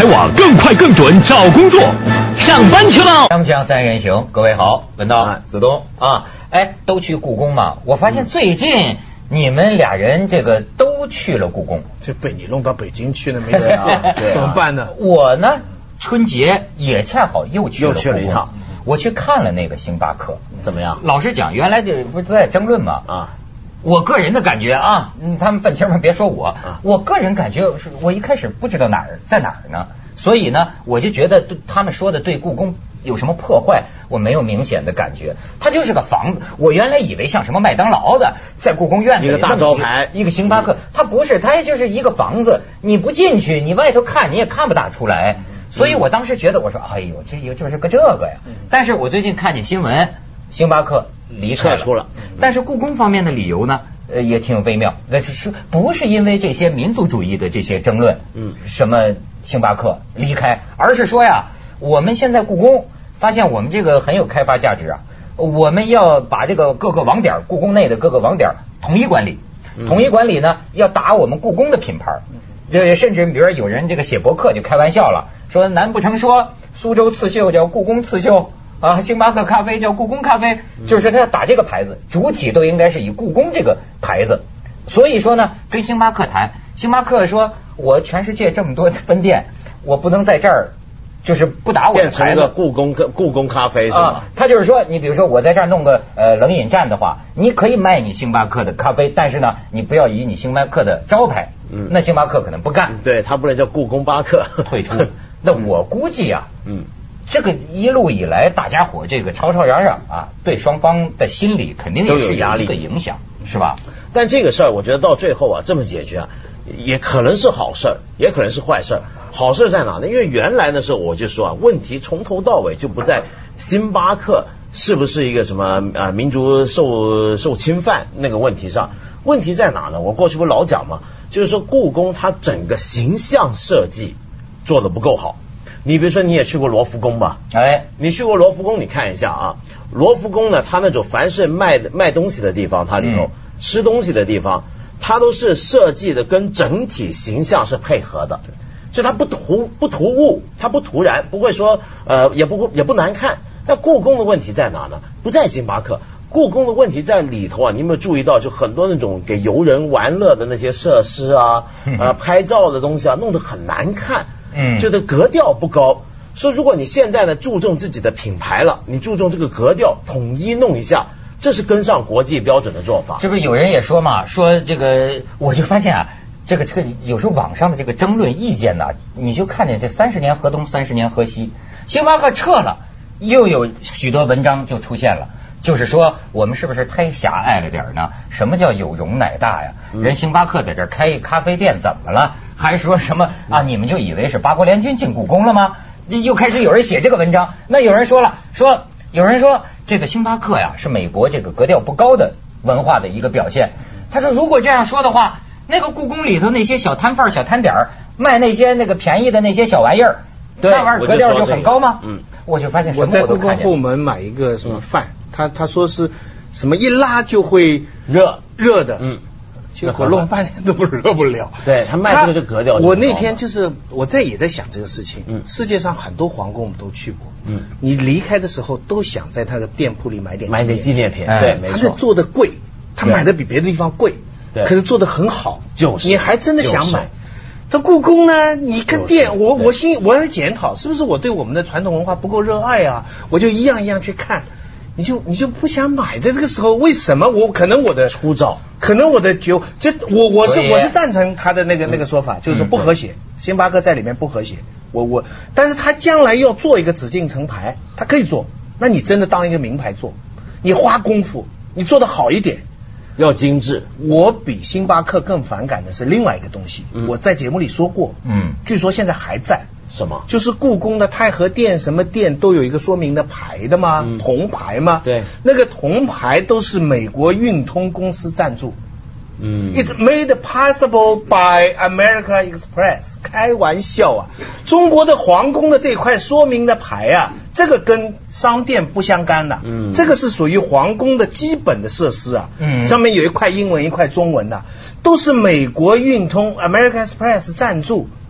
才网，更快更准找工作，上班去了。 锵锵三人行，各位好，文道、子东啊，哎，都去故宫嘛？我发现最近你们俩人这个都去了故宫， 这被你弄到北京去了，没事啊，怎么办呢？ 我呢，春节也恰好又去了一趟， 我去看了那个星巴克， 怎么样？ 老实讲，原来这不是都在争论吗？啊。我个人的感觉啊，他们愤青们别说我，我个人感觉是我一开始不知道在哪儿呢，所以呢，我就觉得他们说的对故宫有什么破坏，我没有明显的感觉。它就是个房子，我原来以为像什么麦当劳的在故宫院子一个大招牌， 一个星巴克，它不是，它就是一个房子，你不进去，你外头看你也看不大出来。所以我当时觉得，我说，哎呦，这就是个这个呀。但是我最近看见新闻，星巴克离撤出了，但是故宫方面的理由呢，也挺微妙。那是不是因为这些民族主义的这些争论，什么星巴克离开，而是说呀，我们现在故宫发现我们这个很有开发价值啊，我们要把这个各个网点，故宫内的各个网点统一管理，统一管理呢，要打我们故宫的品牌。甚至比如说有人这个写博客就开玩笑了，说难不成说苏州刺绣叫故宫刺绣啊，星巴克咖啡叫故宫咖啡，就是他要打这个牌子，主体都应该是以故宫这个牌子。所以说呢，跟星巴克谈，星巴克说我全世界这么多分店，我不能在这儿就是不打我的牌子， 变成一个故宫咖啡是吗？ 他就是说，你比如说我在这儿弄个冷饮站的话，你可以卖你星巴克的咖啡，但是呢，你不要以你星巴克的招牌，那星巴克可能不干， 对，他不能叫故宫巴克退出。那我估计啊，这个一路以来大家伙这个吵吵嚷嚷啊，对双方的心理肯定也是有一个影响，是吧？ 但这个事儿，我觉得到最后啊，这么解决啊，也可能是好事，也可能是坏事。好事在哪呢？因为原来的时候我就说啊，问题从头到尾就不在星巴克是不是一个什么民族受侵犯那个问题上，问题在哪呢？我过去不老讲嘛，就是说故宫它整个形象设计做得不够好。你比如说你也去过罗浮宫吧？哎，你去过罗浮宫，你看一下啊，罗浮宫呢，它那种凡是卖东西的地方，它里头吃东西的地方，它都是设计的跟整体形象是配合的，就它不突兀，它不突然，不会说也不难看。那故宫的问题在哪呢？不在星巴克，故宫的问题在里头啊！你有没有注意到，就很多那种给游人玩乐的那些设施啊，拍照的东西啊，弄得很难看，就这格调不高。说如果你现在呢注重自己的品牌了，你注重这个格调，统一弄一下，这是跟上国际标准的做法。 这不有人也说嘛，说这个我就发现啊，这个有时候网上的这个争论意见呢，你就看见这30年河东30年河西，星巴克撤了，又有许多文章就出现了，就是说我们是不是太狭隘了点呢？什么叫有容乃大呀？人星巴克在这儿开一咖啡店怎么了？还说什么啊？你们就以为是八国联军进故宫了吗？又开始有人写这个文章。那有人说了，有人说这个星巴克呀是美国这个格调不高的文化的一个表现。他说如果这样说的话，那个故宫里头那些小摊贩小摊点卖那些那个便宜的那些小玩意儿，那玩意儿格调就很高吗？我就发现什么我都看见。 我在故宫后门买一个什么饭，他说是什么一拉就会热的，结果弄半天都热不了。 对，他卖这个格调。 我那天就是也在想这个事情。世界上很多皇宫我们都去过。你离开的时候都想在他的店铺里买点纪念品。 对，没错。他是做的贵，他买的比别的地方贵，可是做的很好，就是你还真的想买。这故宫呢，你看店，我在检讨，是不是我对我们的传统文化不够热爱啊？我就一样一样去看。你就不想买，在这个时候为什么？可能我的粗糙，可能我的我是赞成他的那个说法，就是说不和谐。星巴克在里面不和谐，但是他将来要做一个紫禁城牌，他可以做。那你真的当一个名牌做，你花功夫，你做得好一点，要精致。我比星巴克更反感的是另外一个东西，我在节目里说过，据说现在还在。什么？就是故宫的太和殿什么殿都有一个说明的牌的吗？铜牌吗？对，那个铜牌都是美国运通公司赞助。It's made possible by American Express。开玩笑啊！中国的皇宫的这块说明的牌啊，这个跟商店不相干的。这个是属于皇宫的基本的设施啊。上面有一块英文一块中文的，都是美国运通 American Express 赞助。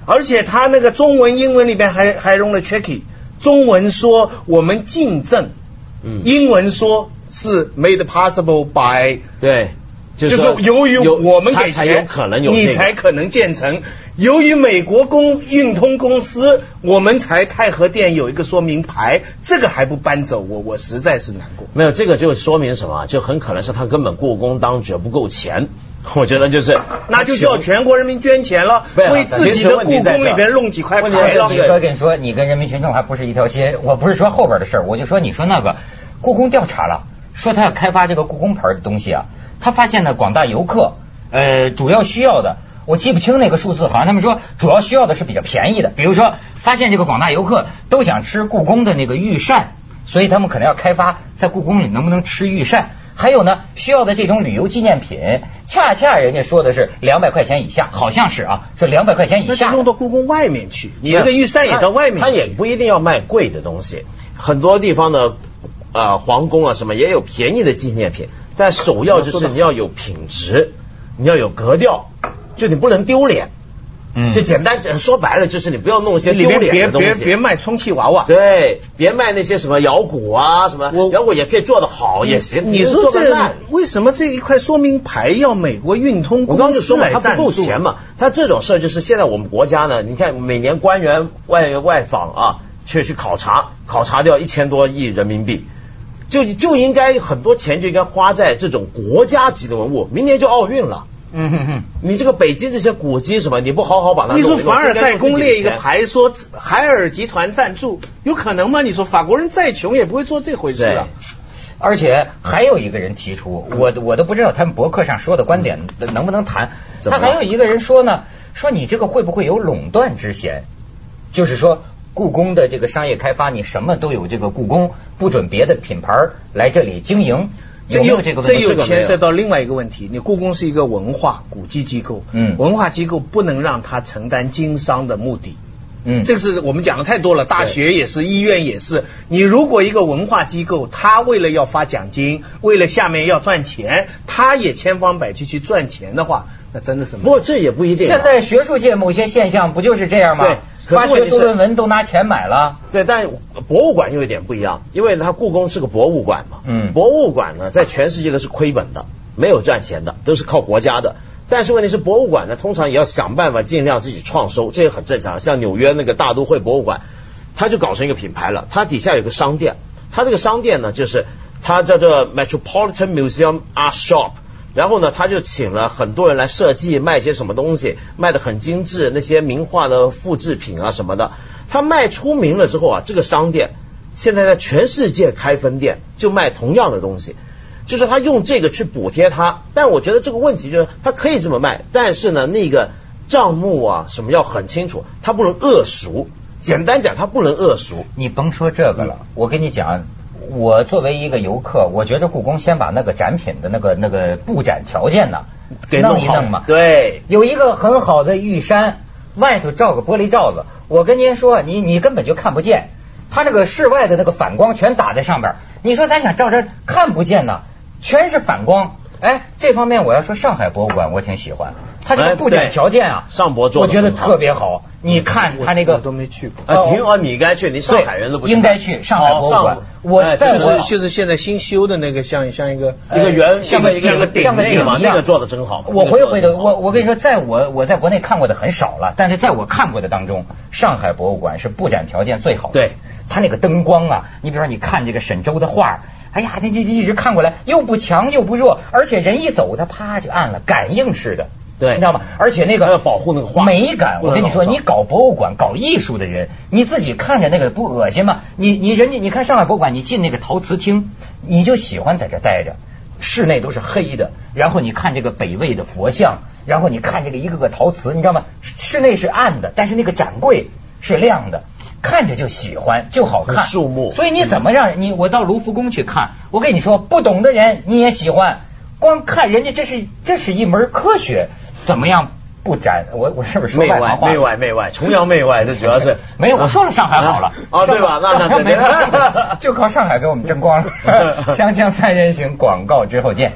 而且他那个中文、英文里边还用了 tricky， 中文说我们竞争，英文说是 made possible by， 对， 就是由于我们给钱，你才可能建成。由于美国运通公司，我们才太和电有一个说明牌，这个还不搬走，我实在是难过。 没有，这个就说明什么？就很可能是他根本故宫当局不够钱。我觉得就是， 那就叫全国人民捐钱了，为自己的故宫里边弄几块牌了。 几哥跟你说，你跟人民群众还不是一条心。我不是说后边的事儿，我就说你说那个故宫调查了，说他要开发这个故宫牌的东西啊，他发现呢广大游客主要需要的。我记不清那个数字，好像他们说主要需要的是比较便宜的，比如说发现这个广大游客都想吃故宫的那个御膳，所以他们可能要开发在故宫里能不能吃御膳。还有呢，需要的这种旅游纪念品，恰恰人家说的是200块钱以下，好像是啊，是200块钱以下。 那就弄到故宫外面去，你这个御膳也到外面去。 他也不一定要卖贵的东西，很多地方的皇宫啊什么也有便宜的纪念品，但首要就是你要有品质，你要有格调。就你不能丢脸，就简单说白了就是你不要弄一些丢脸的东西， 别卖充气娃娃， 对，别卖那些什么摇鼓啊什么，摇鼓也可以做得好也行。 你说这为什么这一块说明牌要美国运通公司来赞助？我刚就说嘛， 他不够钱嘛。他这种事就是现在我们国家呢，你看每年官员外访啊，去考察掉1000多亿人民币，就应该很多钱就应该花在这种国家级的文物，明年就奥运了。你这个北京这些古迹什么，你不好好把它弄。 你说凡尔赛宫列一个牌说海尔集团赞助，有可能吗？你说法国人再穷也不会做这回事啊。 而且还有一个人提出，我都不知道他们博客上说的观点能不能谈。他还有一个人说呢，说你这个会不会有垄断之嫌？就是说故宫的这个商业开发，你什么都有这个故宫，不准别的品牌来这里经营。这又牵涉到另外一个问题，你故宫是一个文化古迹机构，文化机构不能让它承担经商的目的，这个是我们讲的太多了，大学也是，医院也是。你如果一个文化机构，它为了要发奖金，为了下面要赚钱，它也千方百计去赚钱的话，那真的是。 不过这也不一定。 现在学术界某些现象不就是这样吗？ 对。 发学术论文都拿钱买了， 对，但博物馆有一点不一样，因为它故宫是个博物馆嘛，博物馆呢在全世界都是亏本的，没有赚钱的，都是靠国家的。但是问题是博物馆呢，通常也要想办法尽量自己创收，这也很正常。像纽约那个大都会博物馆，它就搞成一个品牌了，它底下有个商店，它这个商店呢就是它叫做 Metropolitan Museum Art Shop。然后呢，他就请了很多人来设计，卖些什么东西，卖得很精致，那些名画的复制品啊什么的。他卖出名了之后啊，这个商店现在在全世界开分店，就卖同样的东西，就是他用这个去补贴他。但我觉得这个问题就是，他可以这么卖，但是呢，那个账目啊什么要很清楚，他不能恶俗。简单讲，他不能恶俗。 你甭说这个了，我跟你讲。我作为一个游客，我觉得故宫先把那个展品的那个布展条件呢给弄一弄嘛。 对， 有一个很好的玉山，外头罩个玻璃罩子，我跟您说，你根本就看不见，它那个室外的那个反光全打在上边，你说咱想照这看不见呢，全是反光。哎，这方面我要说上海博物馆我挺喜欢，它这个布展条件啊， 上博做我觉得特别好。你看它那个我都没去过挺好，你应该去，你上海人都不应该去上海博物馆。 就是现在新修的那个像一个圆， 像个顶那个嘛，那个做的真好。 我回头我跟你说，我在国内看过的很少了，但是在我看过的当中，上海博物馆是布展条件最好的。 对， 它那个灯光啊，你比如说你看这个沈周的画，哎呀，这一直看过来又不强又不弱，而且人一走它啪就暗了，感应式的。 对， 你知道吗？而且那个要保护那个画美感，我跟你说，你搞博物馆、搞艺术的人，你自己看着那个不恶心吗？你看上海博物馆，你进那个陶瓷厅，你就喜欢在这待着，室内都是黑的，然后你看这个北魏的佛像，然后你看这个一个个陶瓷，你知道吗？室内是暗的，但是那个展柜是亮的，看着就喜欢，就好看。 树木， 所以你怎么让我到卢浮宫去看？我跟你说，不懂的人你也喜欢，光看人家这是一门科学。怎么样布展？我是不是说外行话？ 媚外，崇洋媚外，这主要是没有。我说了上海好了啊，对吧？那对， 就靠上海给我们争光了。锵锵三人行，广告之后见。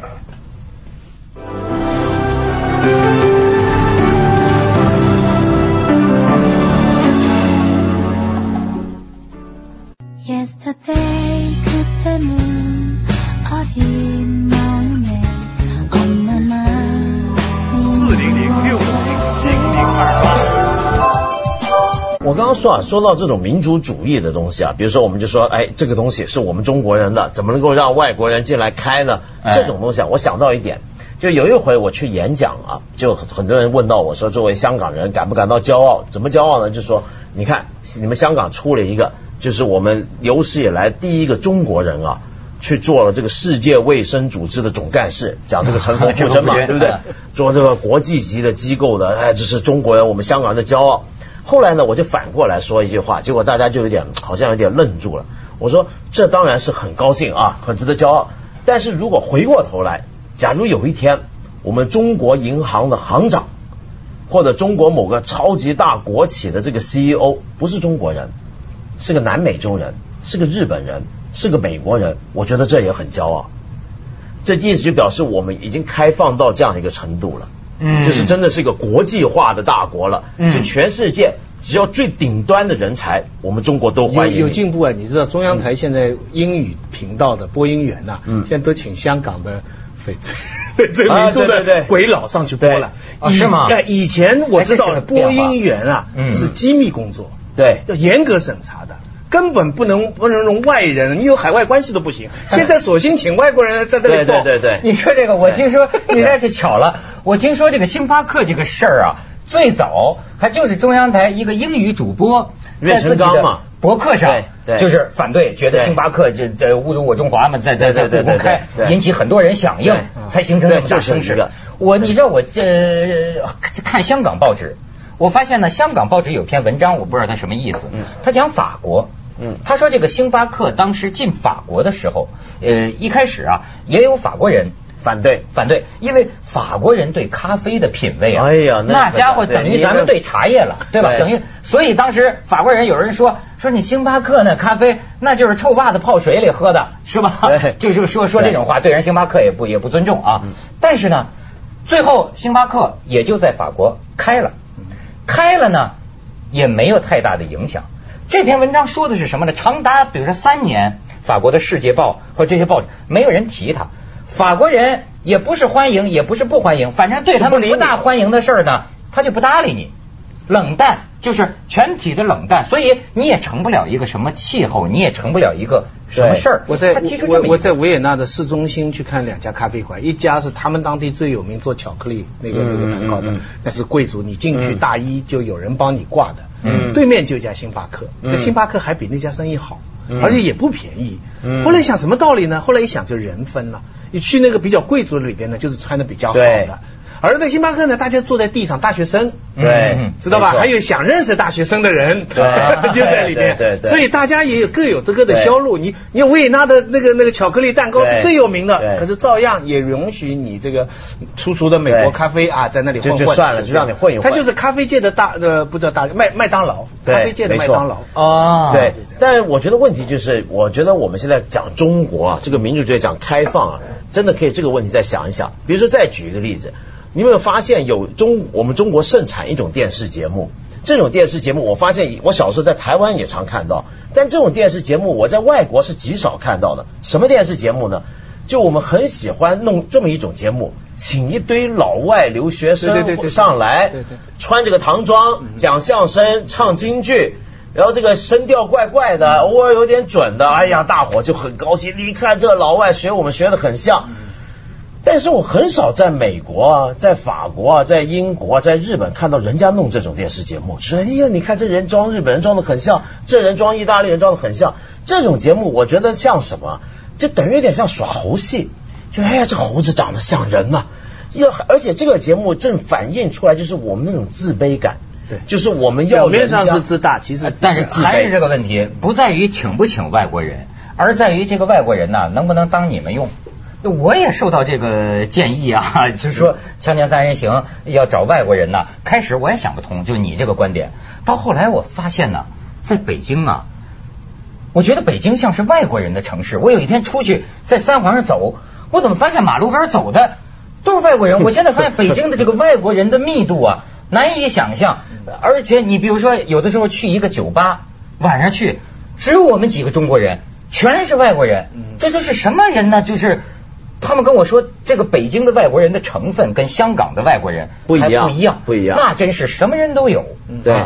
说啊，说到这种民族主义的东西啊，比如说我们就说，哎，这个东西是我们中国人的，怎么能够让外国人进来开呢？这种东西啊，我想到一点，就有一回我去演讲啊，就很多人问到我说，作为香港人感不感到骄傲？怎么骄傲呢？就说你看你们香港出了一个，就是我们有史以来第一个中国人啊，去做了这个世界卫生组织的总干事，讲这个成功复征嘛，对不对？做这个国际级的机构的，哎，这是中国人，我们香港人的骄傲。后来呢，我就反过来说一句话，结果大家就好像有点愣住了。我说这当然是很高兴啊，很值得骄傲。但是如果回过头来，假如有一天我们中国银行的行长，或者中国某个超级大国企的这个 CEO 不是中国人，是个南美洲人，是个日本人，是个美国人，我觉得这也很骄傲。这意思就表示我们已经开放到这样一个程度了。就是真的是一个国际化的大国了，就全世界只要最顶端的人才，我们中国都欢迎。 有进步啊！你知道中央台现在英语频道的播音员呐，现在都请香港的翡翠民族的鬼佬上去播了， 是吗？ 以前我知道播音员啊是机密工作， 对， 要严格审查的。根本不能用外人，你有海外关系都不行。现在索性请外国人在这里动。 对。 你说这个，我听说你这就巧了。我听说这个星巴克这个事儿啊，最早还就是中央台一个英语主播岳成刚嘛， 博客上就是反对，觉得星巴克这侮辱我中华嘛，在故宫开，引起很多人响应，才形成这么大声势。你知道我看香港报纸，我发现呢，香港报纸有篇文章，我不知道它什么意思，他讲法国。他说这个星巴克当时进法国的时候，一开始啊也有法国人反对，因为法国人对咖啡的品味啊， 哎呀， 那家伙等于咱们对茶叶了，对吧？等于，所以当时法国人有人说你星巴克那咖啡那就是臭袜子泡水里喝的，是吧？就是说这种话，对人星巴克也不尊重啊。但是呢，最后星巴克也就在法国开了呢，也没有太大的影响。这篇文章说的是什么呢？长达比如说3年，法国的《世界报》和这些报纸没有人提他，法国人也不是欢迎，也不是不欢迎，反正对他们不大欢迎的事儿呢，他就不搭理你，冷淡，就是全体的冷淡，所以你也成不了一个什么气候，你也成不了一个什么事儿。我在维也纳的市中心去看2家咖啡馆，一家是他们当地最有名做巧克力那个蛋糕的，那是贵族，你进去大衣就有人帮你挂的。对面就一家星巴克，那星巴克还比那家生意好，而且也不便宜。后来想什么道理呢？后来一想就人分了，你去那个比较贵族的里边呢，就是穿的比较好的。而在星巴克呢，大家坐在地上，大学生，知道吧？还有想认识大学生的人，就在里面。所以大家也各有各的销路。你维也纳的那个巧克力蛋糕是最有名的，可是照样也允许你这个粗俗的美国咖啡啊，在那里混就算了，就让你混一混。 它就是咖啡界的不知道麦当劳，咖啡界的麦当劳啊。对，但我觉得问题就是，我觉得我们现在讲中国啊，这个民主主义讲开放啊，真的可以这个问题再想一想。比如说，再举一个例子。你有没有发现我们中国盛产一种电视节目？这种电视节目我发现我小时候在台湾也常看到，但这种电视节目我在外国是极少看到的。什么电视节目呢？就我们很喜欢弄这么一种节目，请一堆老外留学生上来，穿这个唐装讲相声唱京剧，然后这个声调怪怪的，偶尔有点准的，哎呀，大伙就很高兴，你看这老外学我们学得很像。但是我很少在美国啊，在法国啊，在英国啊，在日本看到人家弄这种电视节目，说哎呀，你看这人装日本人装得很像，这人装意大利人装得很像。这种节目我觉得像什么？就等于有点像耍猴戏，就哎呀，这猴子长得像人呐。而且这个节目正反映出来就是我们那种自卑感。对，就是我们要表面上是自大，其实但是还是这个问题，不在于请不请外国人，而在于这个外国人呢能不能当你们用。我也受到这个建议啊，就是说锵锵三人行要找外国人呢。开始我也想不通，就你这个观点。到后来我发现呢，在北京啊，我觉得北京像是外国人的城市。我有一天出去在三环上走，我怎么发现马路边走的都是外国人？我现在发现北京的这个外国人的密度啊，难以想象。而且你比如说，有的时候去一个酒吧，晚上去，只有我们几个中国人，全是外国人。这都是什么人呢？就是他们跟我说，这个北京的外国人的成分跟香港的外国人不一样，那真是什么人都有。 对，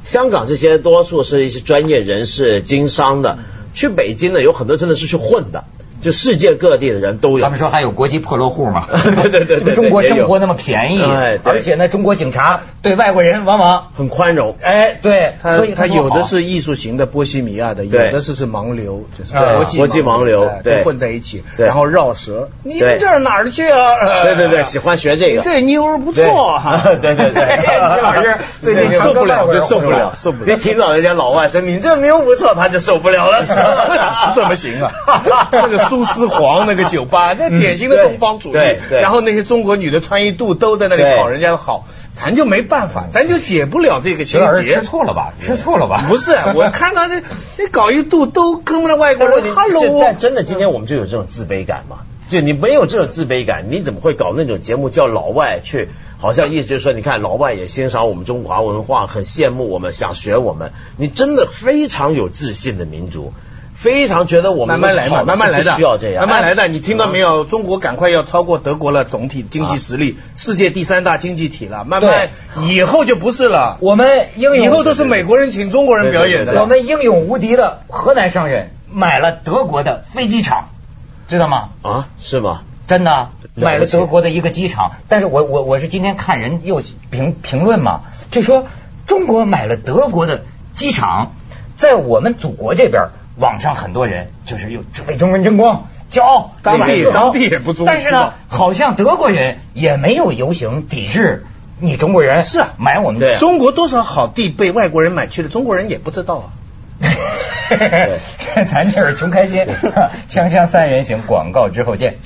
香港这些多数是一些专业人士、经商的，去北京呢有很多真的是去混的。就世界各地的人都有， 他们说还有国际破落户嘛？ 对， 中国生活那么便宜，而且呢，中国警察对外国人往往很宽容。 哎，对，所以他有的是艺术型的波西米亚的，有的是盲流，就是国际盲流， 对，混在一起，然后绕舌。你们这儿哪儿去啊？ 对，喜欢学这个。 这妞儿不错哈。 对。 徐老师最近受不了。 别听到人家老外说你这妞不错，他就受不了了。 怎么行啊？那个苏丝黄那个酒吧，那典型的东方主义。 对， 然后那些中国女的穿一肚都在那里讨人家的好，咱就没办法，咱就解不了这个心结。 吃错了吧？ 不是，我看到这你搞一肚都跟那外国人 ，Hello。 但真的，今天我们就有这种自卑感嘛？就你没有这种自卑感，你怎么会搞那种节目叫老外去？好像意思就是说，你看老外也欣赏我们中华文化，很羡慕我们，想学我们。你真的非常有自信的民族。非常觉得我们慢慢来的， 需要这样， 慢慢来的。你听到没有？中国赶快要超过德国了，总体经济实力，世界第3大经济体了。慢慢以后就不是了。 我们以后都是美国人请中国人表演的。 我们英勇无敌的河南商人买了德国的飞机场，知道吗？ 啊，是吗？ 真的买了德国的一个机场。但是我是今天看人又评论嘛，就说中国买了德国的机场，在我们祖国这边。网上很多人就是有为中国人争光，骄傲， 当地也不中， 但是呢，好像德国人也没有游行抵制你中国人是买我们的。 中国多少好地被外国人买去了，中国人也不知道啊。 咱这是穷开心，锵锵三人行，广告之后见。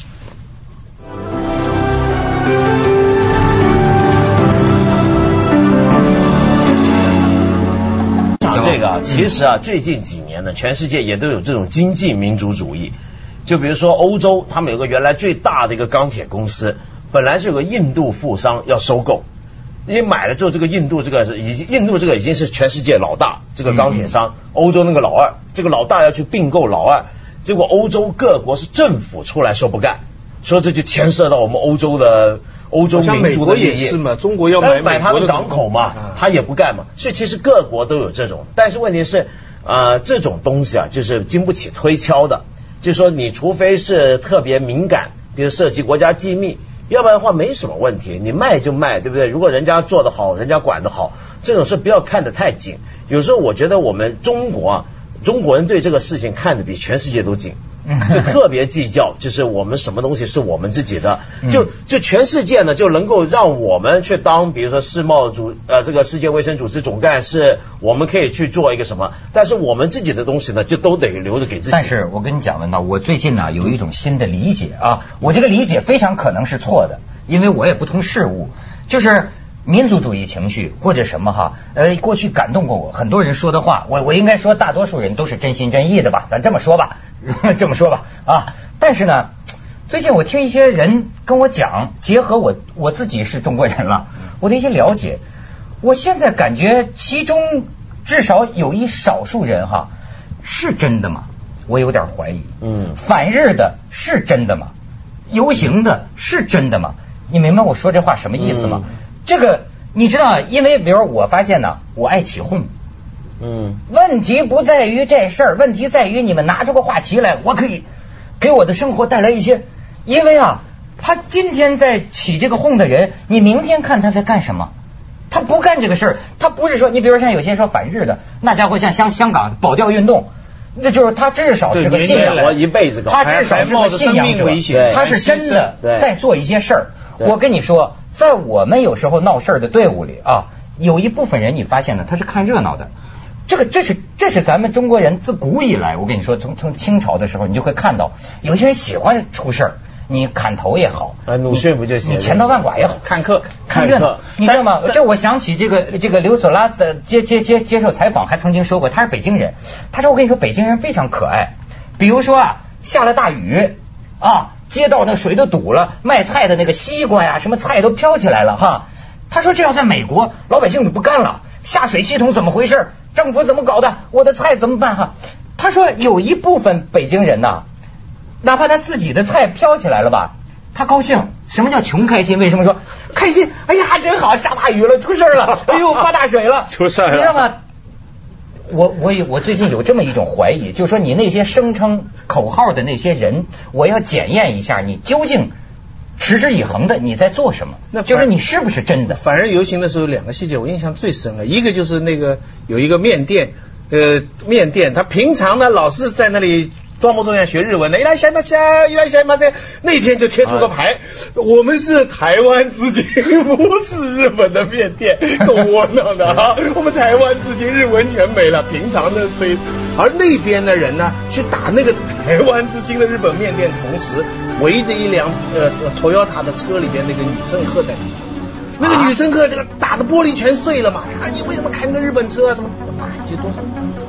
这个其实最近几年呢，全世界也都有这种经济民主主义。就比如说欧洲，他们有个原来最大的一个钢铁公司，本来是有个印度富商要收购，因为买了之后，这个印度这个已经是全世界老大这个钢铁商，欧洲那个老二，这个老大要去并购老二，结果欧洲各国是政府出来说不干，说这就牵涉到我们欧洲民族的利益。 也是嘛，中国要买他的港口嘛，他也不干嘛。所以其实各国都有这种，但是问题是这种东西就是经不起推敲的。就是说你除非是特别敏感，比如涉及国家机密，要不然的话没什么问题，你卖就卖，对不对？如果人家做得好，人家管得好，这种事不要看得太紧。有时候我觉得我们中国人对这个事情看得比全世界都紧，就特别计较，就是我们什么东西是我们自己的，就全世界呢就能够让我们去当，比如说这个世界卫生组织总干事，我们可以去做一个什么，但是我们自己的东西呢就都得留着给自己。 但是我跟你讲呢，我最近呢有一种新的理解我这个理解非常可能是错的，因为我也不通事物，就是民族主义情绪或者什么过去感动过我，很多人说的话，我应该说大多数人都是真心真意的吧，咱这么说吧但是呢，最近我听一些人跟我讲，结合我自己是中国人了，我的一些了解，我现在感觉其中至少有一少数人是真的吗？我有点怀疑。反日的是真的吗？游行的是真的吗？你明白我说这话什么意思吗？这个你知道，因为比如我发现呢，我爱起哄。问题不在于这事儿，问题在于你们拿出个话题来，我可以给我的生活带来一些。因为他今天在起这个哄的人，你明天看他在干什么？他不干这个事儿，他不是说你比如像有些说反日的，那家伙像香港保钓运动。那就是他至少是个信仰， 我一辈子搞， 他至少是个信仰者，他是真的在做一些事儿。我跟你说，在我们有时候闹事儿的队伍里有一部分人你发现呢，他是看热闹的。这是咱们中国人自古以来，我跟你说，从清朝的时候，你就会看到有些人喜欢出事儿，你砍头也好， 鲁迅不就写你千刀万剐也好， 看热闹，你知道吗？这我想起这个刘索拉接受采访还曾经说过，他是北京人，他说我跟你说，北京人非常可爱，比如说下了大雨街道那水都堵了，卖菜的那个西瓜呀什么菜都飘起来了他说这要在美国，老百姓就不干了，下水系统怎么回事？政府怎么搞的？我的菜怎么办他说有一部分北京人哪怕他自己的菜飘起来了吧，他高兴。什么叫穷开心？为什么说开心？哎呀，真好，下大雨了，出事了，哎呦，发大水了， 出事了， 你知道吗？ 我最近有这么一种怀疑，就是说你那些声称口号的那些人，我要检验一下你究竟持之以恒的你在做什么，那就是你是不是真的。 反而游行的时候有2个细节我印象最深了，一个就是那个有一个面店，他平常呢老是在那里装模作样学日文的，一来下嘛下，一来下嘛在，那天就贴出个牌，我们是台湾资金，不是日本的面店，够窝囊的啊！我们台湾资金日文全没了，平常的吹。而那边的人呢，去打那个台湾资金的日本面店，同时围着一辆Toyota的车里边那个女乘客在那个女乘客这个打的玻璃全碎了嘛！啊，你为什么开那个日本车啊？什么？打一句多少？